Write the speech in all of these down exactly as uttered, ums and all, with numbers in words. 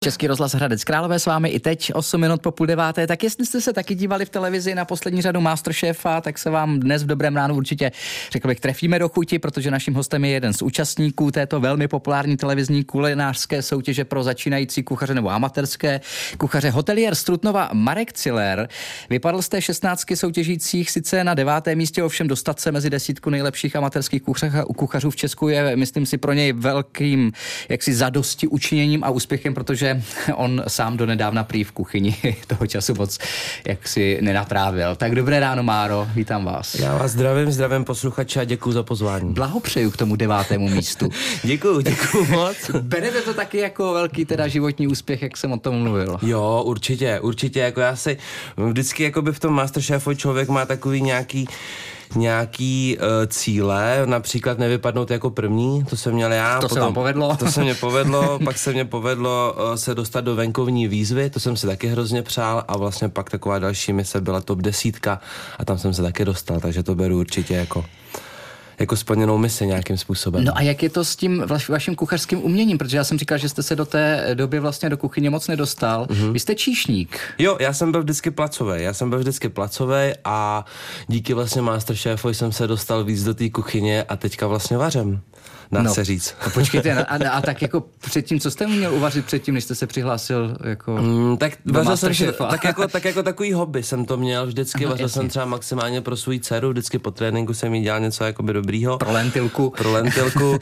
Český rozhlas Hradec Králové s vámi i teď osm minut po půl deváté. Tak jestli jste se taky dívali v televizi na poslední řadu Masterchefa, tak se vám dnes v dobrém ránu určitě, řekl bych, trefíme do chuti, protože naším hostem je jeden z účastníků této velmi populární televizní kulinářské soutěže pro začínající kuchaře nebo amatérské kuchaře. Hoteliér z Trutnova Marek Ciller vypadl z té šestnáctky soutěžících sice na devátém místě, ovšem dostat se mezi desítku nejlepších amatérských kuchařů v Česku je, myslím si, pro něj velkým jaksi zadosti učiněním a úspěchem, protože on sám donedávna prý v kuchyni toho času moc jaksi nenatrávil. Tak dobré ráno, Máro, vítám vás. Já vás zdravím, zdravím posluchače a děkuju za pozvání. Blahopřeju k tomu devátému místu. Děkuju, děkuju moc. Berete to taky jako velký teda životní úspěch, jak jsem o tom mluvil? Jo, určitě, určitě, jako já si vždycky jakoby v tom Masterchefu člověk má takový nějaký nějaký uh, cíle, například nevypadnout jako první, to jsem měl já. To potom, se vám povedlo. To se mě povedlo, pak se mě povedlo uh, se dostat do venkovní výzvy, to jsem si taky hrozně přál a vlastně pak taková další mise byla top desítka a tam jsem se taky dostal, takže to beru určitě jako jako splněnou misi nějakým způsobem. No a jak je to s tím vaším kuchařským uměním? Protože já jsem říkal, že jste se do té doby vlastně do kuchyně moc nedostal. Mm-hmm. Vy jste číšník. Jo, já jsem byl vždycky placovej. Já jsem byl vždycky placovej a díky vlastně Masterchefu jsem se dostal víc do té kuchyně a teďka vlastně vařem. Dá no, se říct. A počkejte, a, a tak jako předtím, co jste měl uvařit předtím, než jste se přihlásil jako mm, tak vařil jsem si, tak, jako, tak jako takový hobby jsem to měl vždycky. Aha, vařil jasně. jsem třeba maximálně pro svou dceru, vždycky po tréninku jsem jí dělal něco jakoby dobrýho. Pro lentilku. Pro lentilku.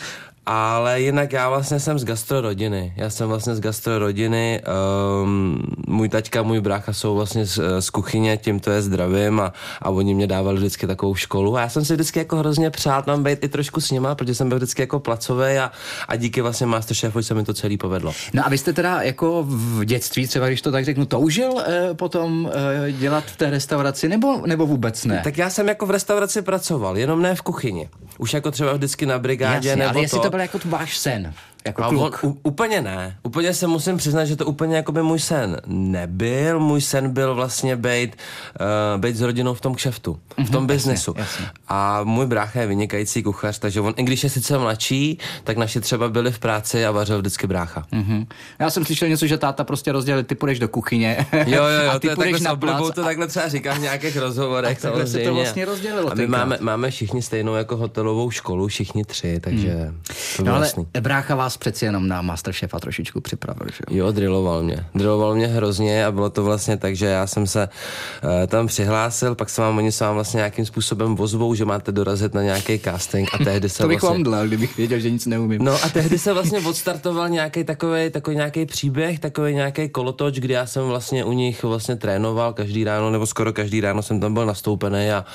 Ale jinak já vlastně jsem z gastrorodiny. Já jsem vlastně z gastrorodiny. Um, můj taťka, můj brácha jsou vlastně z, z kuchyně, tím to je zdravím a, a oni mě dávali vždycky takovou školu. A já jsem si vždycky jako hrozně přál tam být i trošku s nima, protože jsem byl vždycky jako placovej a, a díky vlastně Masterchefu se mi to celý povedlo. No a vy jste teda jako v dětství, třeba když to tak řeknu, toužil eh, potom eh, dělat v té restauraci, nebo, nebo vůbec ne? Tak já jsem jako v restauraci pracoval, jenom ne v kuchyni. Už jako třeba vždycky na brigádě. Jasně, nebo ale jestli to, to byl jako váš sen. Jako kluk. On, u, úplně ne. Úplně se musím přiznat, že to úplně jako by můj sen nebyl. Můj sen byl vlastně být, uh, být s rodinou v tom kšeftu, mm-hmm, v tom biznesu. Jasně, jasně. A můj brácha je vynikající kuchař, takže on, i když je sice mladší, tak naši třeba byli v práci a vařil vždycky brácha. Mm-hmm. Já jsem slyšel něco, že táta prostě rozdělil, ty půjdeš do kuchyně. Jo, jo, jo, a ty to je půjdeš takhle na plac. To takhle třeba říkám v nějakých rozhovorech. Takhle se to vlastně rozdělilo. A my máme, máme všichni stejnou jako hotelovou školu, všichni tři, takže mm. to bylo no, ale jasný. Brácha vás přeci jenom na Masterchefa trošičku připravil, že jo? Jo, drilloval mě. Drilloval mě hrozně a bylo to vlastně tak, že já jsem se uh, tam přihlásil, pak se vám, oni se vám vlastně nějakým způsobem vozvou, že máte dorazit na nějaký casting a tehdy se to bych vlastně... vám dlel, kdybych věděl, že nic neumím. No a tehdy se vlastně odstartoval nějaký takový takový nějaký příběh, takový nějaký kolotoč, kdy já jsem vlastně u nich vlastně trénoval každý ráno, nebo skoro každý ráno jsem tam byl nastoupený a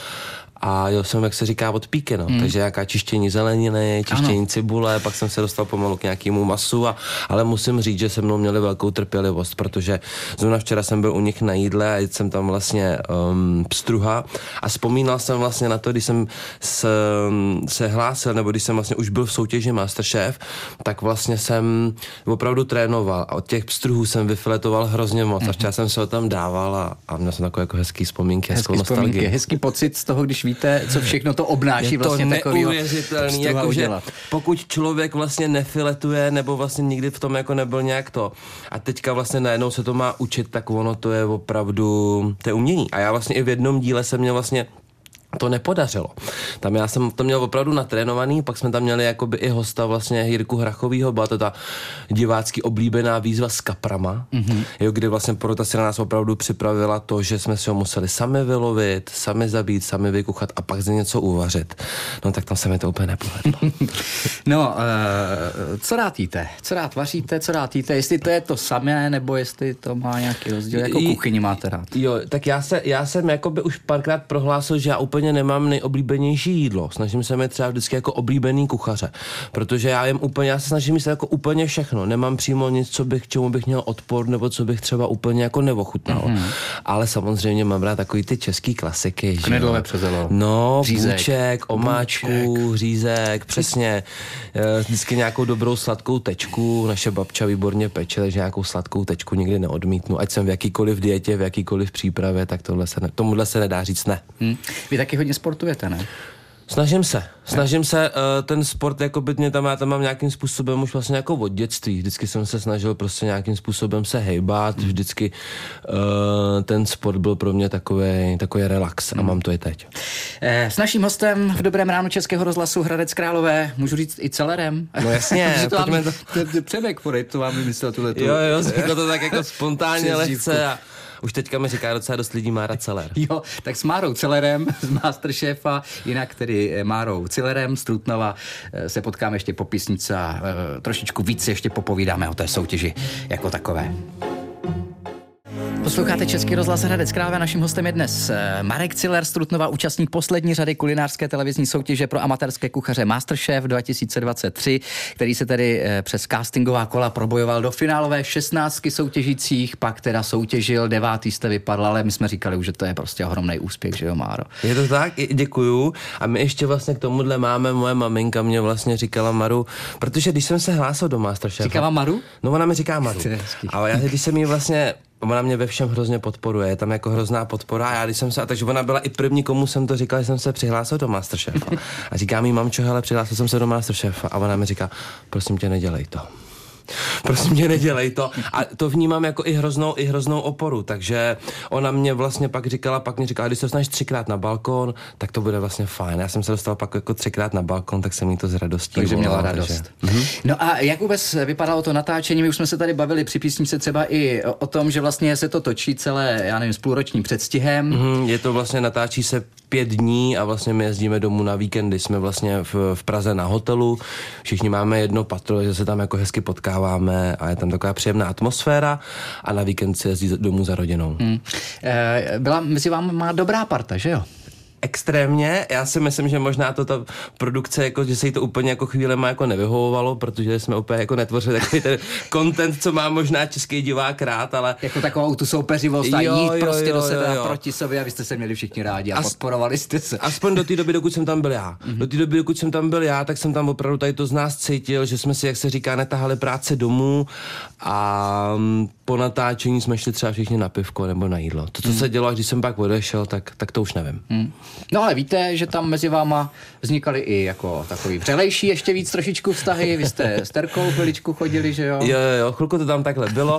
A jel jsem, jak se říká, od píky, no. Hmm. Takže nějaká čištění zeleniny, čištění ano. cibule, pak jsem se dostal pomalu k nějakému masu, a, ale musím říct, že se mnou měli velkou trpělivost, protože zrovna včera jsem byl u nich na jídle a jel jsem tam vlastně um, pstruha a vzpomínal jsem vlastně na to, když jsem se, se hlásil, nebo když jsem vlastně už byl v soutěži Masterchef, tak vlastně jsem opravdu trénoval a od těch pstruhů jsem vyfiletoval hrozně moc, mm-hmm. a včera jsem se ho tam dával a, a měl jsem takové jako hezký vzpomínky, hezkou nostalgii. Hezký pocit z toho, když víte, co všechno to obnáší, je to vlastně takovýho neuvěřitelný, jakože pokud člověk vlastně nefiletuje nebo vlastně nikdy v tom jako nebyl nějak to a teďka vlastně najednou se to má učit, tak ono to je opravdu, to je umění. A já vlastně i v jednom díle jsem měl vlastně to nepodařilo. Tam já jsem to měl opravdu natrénovaný, pak jsme tam měli jakoby i hosta vlastně Jirku Hrachovýho, byla to ta divácky oblíbená výzva s kaprama, mm-hmm. jo, kdy vlastně porota si na nás opravdu připravila to, že jsme si ho museli sami vylovit, sami zabít, sami vykuchat a pak z něco uvařit. No tak tam se mi to úplně nepovedlo. No, uh, co rád jíte? Co rád vaříte? Co rád jíte? Jestli to je to samé, nebo jestli to má nějaký rozdíl? Jako kuchyni máte rád? Jo, tak já, se, já jsem jakoby už párkrát prohlásil, že já úplně nemám nejoblíbenější jídlo. Snažím se mít třeba vždycky jako oblíbený kuchaře, protože já jim úplně, já se snažím jíst jako úplně všechno. Nemám přímo nic, co bych, čemu bych měl odpor, nebo co bych třeba úplně jako neochutnal. Mm-hmm. Ale samozřejmě mám rád takový ty český klasiky. Knedlové přezelo. No, řízek, bůček, omáčku, řízek, přesně. Vždycky nějakou dobrou sladkou tečku. Naše babča výborně peče, takže nějakou sladkou tečku nikdy neodmítnu. Ať jsem v jakýkoliv dietě, v jakýkoliv přípravě, tak tohle se ne, tomuhle se nedá říct ne. Hmm. Vy taky hodně sportujete, ne? Snažím se, snažím se, uh, ten sport, jako by mě tam, já tam mám nějakým způsobem už vlastně jako od dětství, vždycky jsem se snažil prostě nějakým způsobem se hejbat, vždycky uh, ten sport byl pro mě takový, takový relax a mám to i teď. Eh, s naším hostem v Dobrém ránu Českého rozhlasu Hradec Králové, můžu říct i celerem? No jasně. to vám, to... Přemek Forejt, to vám vymyslel tuhletu. Jo, jo, řekl to tak jako spontánně, lehce a už teďka mi říká docela dost lidí Mára Celer. Jo, tak s Márou Celerem z Masterchefa, jinak tedy Márou Celerem z Trutnova se potkáme ještě po písnici a e, trošičku víc ještě popovídáme o té soutěži jako takové. Posloucháte Český rozhlas Hradec Králové, naším hostem je dnes Marek Celer z Trutnova, účastník poslední řady kulinářské televizní soutěže pro amatérské kuchaře Masterchef dva tisíce dvacet tři, který se tedy přes castingová kola probojoval do finálové šestnáctky soutěžících, pak teda soutěžil, devátý jste vypadl, ale my jsme říkali už, že to je prostě ohromný úspěch, že jo, Máro? Je to tak, děkuju. A my ještě vlastně k tomuhle máme, moje maminka mě vlastně říkala Maru, protože když jsem se hlásil do Masterchefa. Říká vám Maru? No ona mi říká Maru. Ale já, když jsem jí vlastně ona mě ve všem hrozně podporuje, je tam jako hrozná podpora a já když jsem se, a takže ona byla i první, komu jsem to říkal, že jsem se přihlásil do Masterchefa. A říká mi, mamčo, hele, přihlásil jsem se do Masterchefa a ona mi říká, prosím tě, nedělej to. Prosím tě, nedělej to. A to vnímám jako i hroznou, i hroznou oporu, takže ona mě vlastně pak říkala, pak mě říkala, když se dostaneš třikrát na balkon, tak to bude vlastně fajn. Já jsem se dostal pak jako třikrát na balkon, tak jsem jí to s radostí Takže volal, měla radost. Takže... Mhm. No a jak vůbec vypadalo to natáčení? My už jsme se tady bavili při písničce třeba i o, o tom, že vlastně se to točí celé, já nevím, s půlročním předstihem. Mhm, je to vlastně, natáčí se pět dní a vlastně my jezdíme domů na víkendy. Jsme vlastně v, v Praze na hotelu, všichni máme jedno patro, že se tam jako hezky potkáváme a je tam taková příjemná atmosféra a na víkend se jezdí domů za rodinou. Hmm. E, byla mezi vámi má dobrá parta, že jo? Extrémně, já si myslím, že možná to ta produkce, jako, že se jí to úplně jako chvílema jako nevyhovovalo, protože jsme úplně jako netvořili takový ten content, co má možná český divák rád, ale... Jako takovou tu soupeřivost a jo, jít jo, prostě jo, do sebe jo, jo. a proti sobě, abyste se měli všichni rádi a As, podporovali jste se. Aspoň do té doby, dokud jsem tam byl já. Mm-hmm. Do té doby, dokud jsem tam byl já, tak jsem tam opravdu tady to z nás cítil, že jsme si, jak se říká, netahali práce domů a po natáčení jsme šli třeba všichni na pivko nebo na jídlo. To, co mm. se dělo, když jsem pak odešel, tak, tak to už nevím. Mm. No ale víte, že tam mezi váma vznikaly i jako takový vřelejší ještě víc trošičku vztahy. Vy jste s Terkou chviličku chodili, že jo? Jo, jo, jo, chvilku to tam takhle bylo.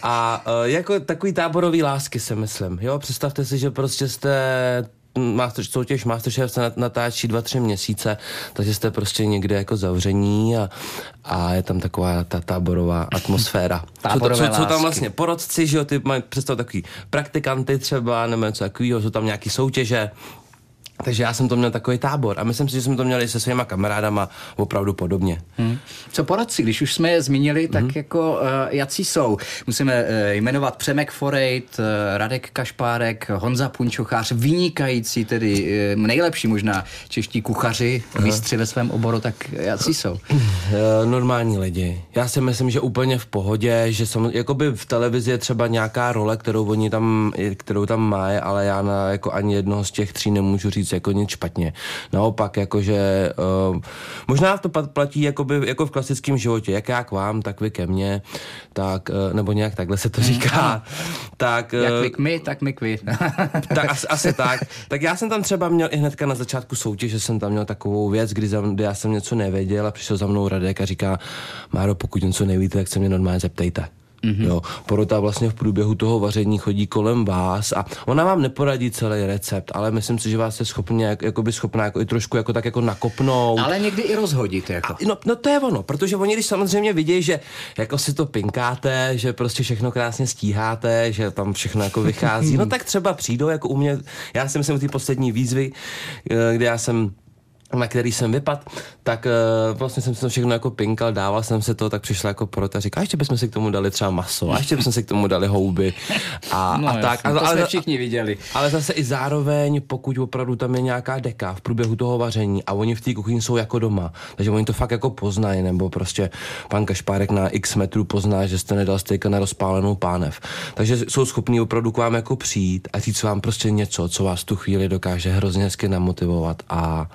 A uh, jako takový táborový lásky, si myslím. Jo, představte si, že prostě jste Master, soutěž Masterchef se natáčí dva, tři měsíce, takže jste prostě někde jako zavření a, a je tam taková ta táborová atmosféra. Táborové jsou, jsou, jsou tam vlastně porodci, že jo, ty mají představ takový praktikanty třeba, nebo něco takového, jsou tam nějaký soutěže. Takže já jsem to měl takový tábor a myslím si, že jsme to měli se svýma kamarádama opravdu podobně. Hmm. Co poradci, když už jsme je zmínili, tak hmm. jako uh, jací jsou? Musíme uh, jmenovat Přemek Forejt, uh, Radek Kašpárek, Honza Punčochář, vynikající, tedy uh, nejlepší možná čeští kuchaři, uh-huh. mistři ve svém oboru, tak jací jsou? Uh, normální lidi. Já si myslím, že úplně v pohodě, že jsem, jakoby v televizi je třeba nějaká role, kterou oni tam, kterou tam mají, ale já na jako ani jednoho z těch tří nemůžu říct jako nic špatně. Naopak, jakože uh, možná to platí jakoby, jako v klasickém životě, jak já k vám, tak vy ke mně, tak, uh, nebo nějak takhle se to říká. tak, uh, jak vy k my, tak my k vy. tak asi, asi tak. Tak já jsem tam třeba měl i hnedka na začátku soutěže, jsem tam měl takovou věc, kdy, za, kdy já jsem něco nevěděl a přišel za mnou Radek a říká, Máro, pokud něco nevíte, tak se mě normálně zeptejte. Mm-hmm. Jo, porota vlastně v průběhu toho vaření chodí kolem vás a ona vám neporadí celý recept, ale myslím si, že vás je schopně, jak, jakoby schopná jako i trošku jako tak jako nakopnout. Ale někdy i rozhodit jako. A, no, no to je ono, protože oni když samozřejmě vidějí, že jako si to pinkáte, že prostě všechno krásně stíháte, že tam všechno jako vychází, no tak třeba přijdou jako u mě, já si myslím, ty poslední výzvy, kde já jsem na který jsem vypadl, tak uh, vlastně jsem si to všechno jako pinkal, dával jsem se to, tak přišla jako porota a říká, ještě bychom si k tomu dali třeba maso, a ještě bychom si k tomu dali houby a, no, a tak. A, to ale, jsme všichni viděli. Ale zase i zároveň, pokud opravdu tam je nějaká deka v průběhu toho vaření a oni v té kuchyni jsou jako doma, takže oni to fakt jako poznají, nebo prostě pan Kašpárek na x metrů pozná, že jste nedal stejka na rozpálenou pánev. Takže jsou schopní opravdu k vám jako přijít a říct vám prostě něco, co vás tu chvíli dokáže hrozně hezky namotivovat a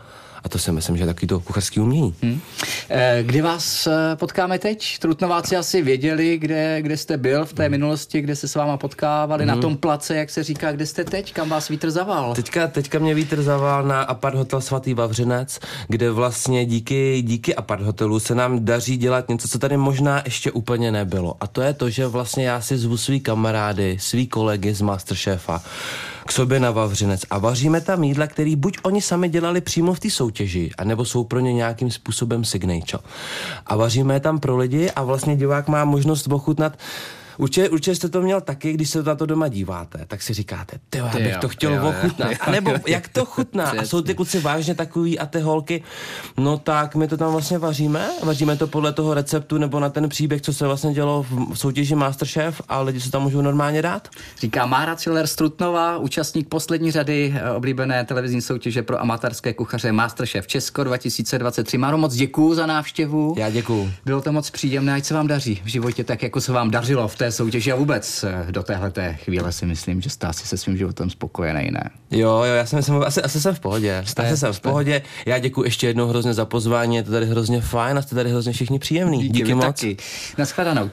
A to si myslím, že je takový to kuchařský umění. Hmm. Kdy vás potkáme teď? Trutnováci asi věděli, kde, kde jste byl v té hmm. minulosti, kde se s váma potkávali, hmm. na tom place, jak se říká, kde jste teď? Kam vás vítr zaval? Teďka, teďka mě vítr zaval na Apart Hotel Svatý Vavřinec, kde vlastně díky, díky Apart Hotelu se nám daří dělat něco, co tady možná ještě úplně nebylo. A to je to, že vlastně já si zvu svý kamarády, svý kolegy z Masterchefa k sobě na Vavřinec a vaříme tam jídla, který buď oni sami dělali přímo v té soutěži, anebo jsou pro ně nějakým způsobem signature. A vaříme je tam pro lidi a vlastně divák má možnost ochutnat. Určitě, určitě jste to měl taky, když se na to doma díváte, tak si říkáte, ty já bych to chtěl jo, ochutnat. Jo, a nebo jo, jak to chutná? A jsou ty kluci vážně takový a ty holky, no tak my to tam vlastně vaříme, vaříme to podle toho receptu nebo na ten příběh, co se vlastně dělo v soutěži Masterchef a lidi se tam můžou normálně dát. Říká Mára Ciller z Trutnova, účastník poslední řady oblíbené televizní soutěže pro amatérské kuchaře Masterchef Česko dva tisíce dvacet tři. Máro, moc děkuju za návštěvu. Já děkuju. Bylo to moc příjemné, ať se vám daří v životě tak, jako se vám dařilo v té soutěži a vůbec do téhleté chvíle si myslím, že jste asi se svým životem spokojený, ne? Jo, jo, já si myslím, asi, asi jsem v pohodě. Jste, asi jsem v pohodě. Já děkuji ještě jednou hrozně za pozvání, je to tady hrozně fajn a jste tady hrozně všichni příjemný. Díky, Díky moc. Taky. Naschledanou.